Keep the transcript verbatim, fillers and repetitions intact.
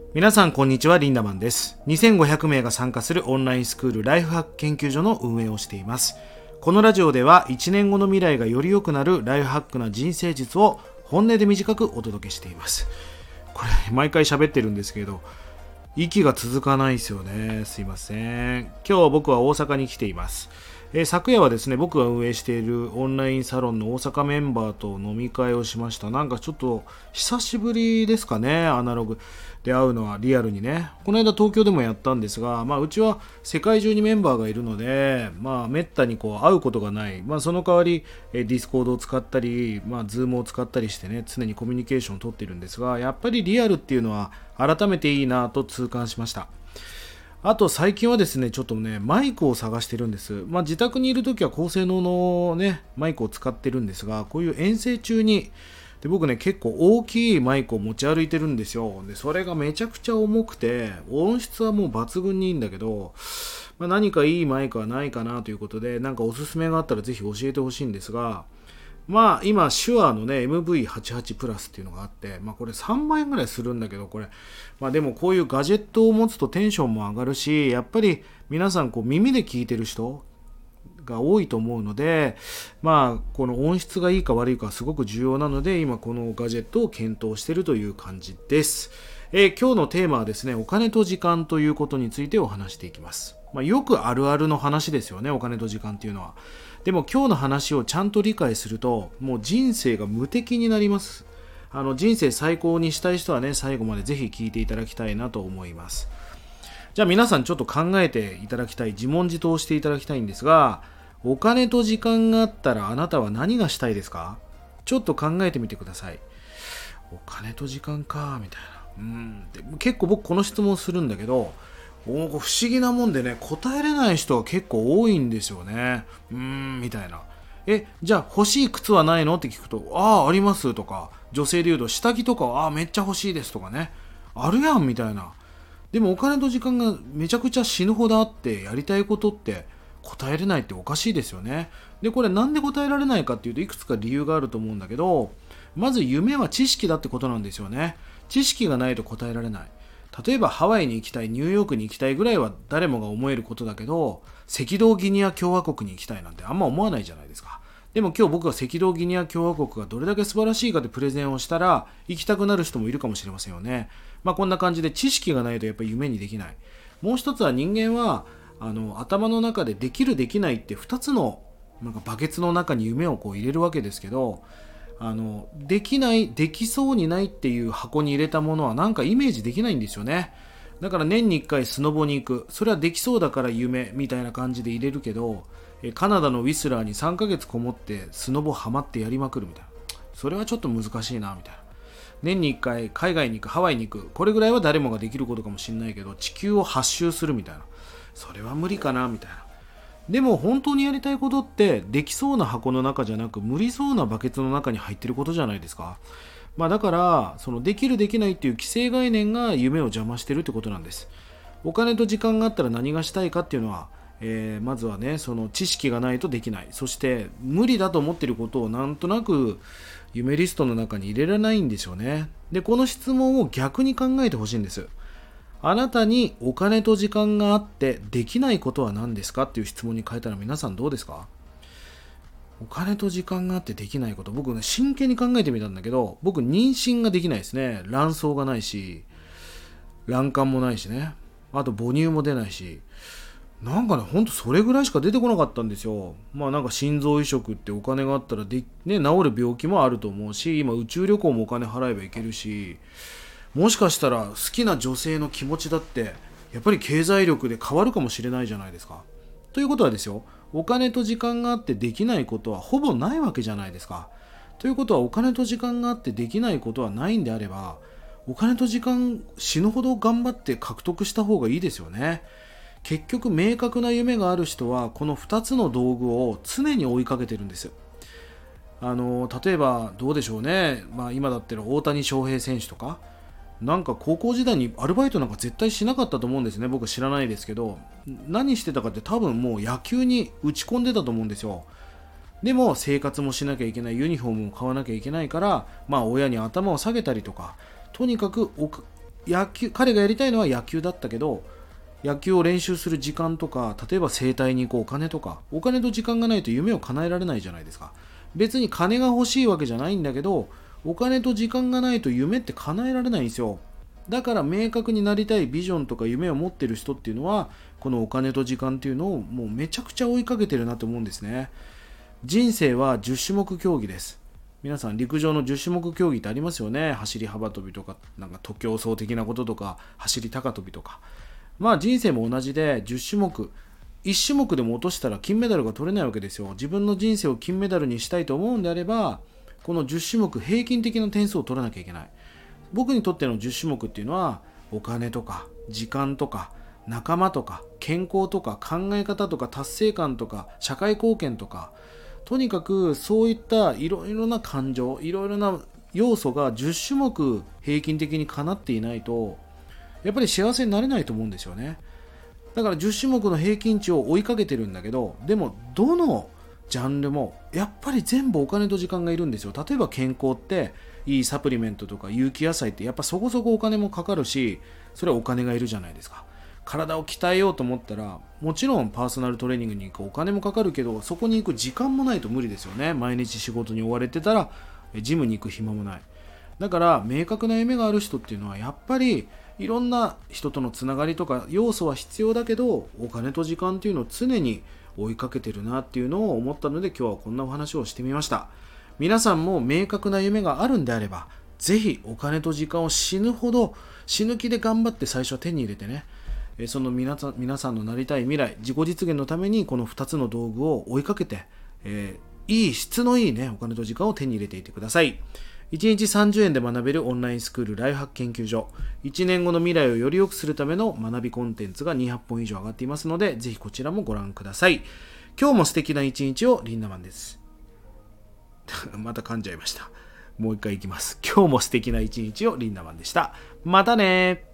皆さんこんにちは、リンダマンです。にせんごひゃくめいが参加するオンラインスクールライフハック研究所の運営をしています。このラジオではいちねんごの未来がより良くなるライフハックな人生術を本音で短くお届けしています。これ毎回喋ってるんですけど、息が続かないですよね。すいません。今日僕は大阪に来ています。えー、昨夜はですね、僕が運営しているオンラインサロンの大阪メンバーと飲み会をしました。なんかちょっと久しぶりですかね、アナログで会うのはリアルにね。この間東京でもやったんですが、まあうちは世界中にメンバーがいるので、まあめったにこう会うことがない。まあその代わり、えー、ディスコードを使ったり、まあズームを使ったりしてね、常にコミュニケーションを取っているんですが、やっぱりリアルっていうのは改めていいなと痛感しました。あと最近はですね、ちょっとね、マイクを探してるんです。まあ自宅にいるときは高性能のね、マイクを使ってるんですが、こういう遠征中に、で僕ね、結構大きいマイクを持ち歩いてるんですよ。で、それがめちゃくちゃ重くて、音質はもう抜群にいいんだけど、まあ、何かいいマイクはないかなということで、なんかおすすめがあったらぜひ教えてほしいんですが、まあ今手話のね エムブイはちじゅうはち プラスっていうのがあって、まあこれさんまんえんぐらいするんだけど、これまあでもこういうガジェットを持つとテンションも上がるし、やっぱり皆さんこう耳で聞いてる人が多いと思うので、まあこの音質がいいか悪いかはすごく重要なので、今このガジェットを検討しているという感じです。えー、今日のテーマはですね、お金と時間ということについてお話していきます。まあ、よくあるあるの話ですよね、お金と時間っていうのは。でも今日の話をちゃんと理解すると、もう人生が無敵になります。あの人生最高にしたい人はね、最後までぜひ聞いていただきたいなと思います。じゃあ皆さんちょっと考えていただきたい、自問自答していただきたいんですが、お金と時間があったらあなたは何がしたいですか？ちょっと考えてみてください。お金と時間かみたいな。うんで結構僕この質問するんだけど、不思議なもんでね、答えれない人が結構多いんですよね。うーんみたいな。えじゃあ欲しい靴はないのって聞くと、ああありますとか、女性で言うと下着とかはああめっちゃ欲しいですとかね、あるやんみたいな。でもお金と時間がめちゃくちゃ死ぬほどあって、やりたいことって答えれないっておかしいですよね。でこれなんで答えられないかっていうと、いくつか理由があると思うんだけど、まず夢は知識だってことなんですよね。知識がないと答えられない。例えばハワイに行きたい、ニューヨークに行きたいぐらいは誰もが思えることだけど、赤道ギニア共和国に行きたいなんてあんま思わないじゃないですか。でも今日僕が赤道ギニア共和国がどれだけ素晴らしいかでプレゼンをしたら、行きたくなる人もいるかもしれませんよね。まあこんな感じで知識がないとやっぱり夢にできない。もう一つは人間はあの頭の中でできるできないってふたつのなんかバケツの中に夢をこう入れるわけですけど、あのできないできそうにないっていう箱に入れたものはなんかイメージできないんですよね。だから年にいっかいスノボに行く、それはできそうだから夢みたいな感じで入れるけど、カナダのウィスラーにさんかげつこもってスノボハマってやりまくるみたいな、それはちょっと難しいなみたいな。年にいっかい海外に行く、ハワイに行く、これぐらいは誰もができることかもしれないけど、地球をはっ周するみたいな、それは無理かなみたいな。でも本当にやりたいことってできそうな箱の中じゃなく、無理そうなバケツの中に入ってることじゃないですか。まあだからそのできるできないっていう既成概念が夢を邪魔してるってことなんです。お金と時間があったら何がしたいかっていうのは、えー、まずはね、その知識がないとできない。そして無理だと思っていることをなんとなく夢リストの中に入れられないんですよね。でこの質問を逆に考えてほしいんです。あなたにお金と時間があってできないことは何ですかっていう質問に変えたら皆さんどうですか？お金と時間があってできないこと、僕ね真剣に考えてみたんだけど、僕妊娠ができないですね。卵巣がないし、卵管もないしね、あと母乳も出ないし、なんかねほんとそれぐらいしか出てこなかったんですよ。まあなんか心臓移植ってお金があったらで、ね、治る病気もあると思うし、今宇宙旅行もお金払えばいけるし、もしかしたら好きな女性の気持ちだってやっぱり経済力で変わるかもしれないじゃないですか。ということはですよ、お金と時間があってできないことはほぼないわけじゃないですか。ということはお金と時間があってできないことはないんであれば、お金と時間死ぬほど頑張って獲得した方がいいですよね。結局明確な夢がある人はこのふたつの道具を常に追いかけてるんです。あの例えばどうでしょうね、まあ、今だったら大谷翔平選手とか、なんか高校時代にアルバイトなんか絶対しなかったと思うんですね。僕知らないですけど、何してたかって多分もう野球に打ち込んでたと思うんですよ。でも生活もしなきゃいけない、ユニフォームも買わなきゃいけないから、まあ親に頭を下げたりとか、とにかくお野球彼がやりたいのは野球だったけど、野球を練習する時間とか、例えば整体に行こうお金とか、お金と時間がないと夢を叶えられないじゃないですか。別に金が欲しいわけじゃないんだけど、お金と時間がないと夢って叶えられないんですよ。だから明確になりたいビジョンとか夢を持ってる人っていうのは、このお金と時間っていうのをもうめちゃくちゃ追いかけてるなと思うんですね。人生はじゅっ種目競技です。皆さん陸上のじゅっ種目競技ってありますよね。走り幅跳びとか、なんか徒競走的なこととか、走り高跳びとか。まあ人生も同じでじゅっ種目、いち種目でも落としたら金メダルが取れないわけですよ。自分の人生を金メダルにしたいと思うんであれば、このじゅっ種目平均的な点数を取らなきゃいけない。僕にとってのじゅっ種目っていうのは、お金とか時間とか仲間とか健康とか考え方とか達成感とか社会貢献とか、とにかくそういったいろいろな感情、いろいろな要素がじゅっ種目平均的にかなっていないと、やっぱり幸せになれないと思うんですよね。だからじゅっ種目の平均値を追いかけてるんだけど、でもどのジャンルもやっぱり全部お金と時間がいるんですよ。例えば健康っていいサプリメントとか有機野菜ってやっぱそこそこお金もかかるし、それはお金がいるじゃないですか。体を鍛えようと思ったら、もちろんパーソナルトレーニングに行くお金もかかるけど、そこに行く時間もないと無理ですよね。毎日仕事に追われてたらジムに行く暇もない。だから明確な夢がある人っていうのはやっぱりいろんな人とのつながりとか要素は必要だけど、お金と時間っていうのを常に追いかけてるなっていうのを思ったので、今日はこんなお話をしてみました。皆さんも明確な夢があるんであれば、ぜひお金と時間を死ぬほど死ぬ気で頑張って最初は手に入れてね、その皆さん、皆さんのなりたい未来、自己実現のためにこのふたつの道具を追いかけて、えー、いい質のいいねお金と時間を手に入れていってください。いちにちさんじゅうえんで学べるオンラインスクールライフハック研究所、いちねんごの未来をより良くするための学びコンテンツがにひゃっぽん以上上がっていますので、ぜひこちらもご覧ください。今日も素敵な一日を、リンダマンです。また噛んじゃいました。もう一回いきます。今日も素敵な一日を、リンダマンでした。またね。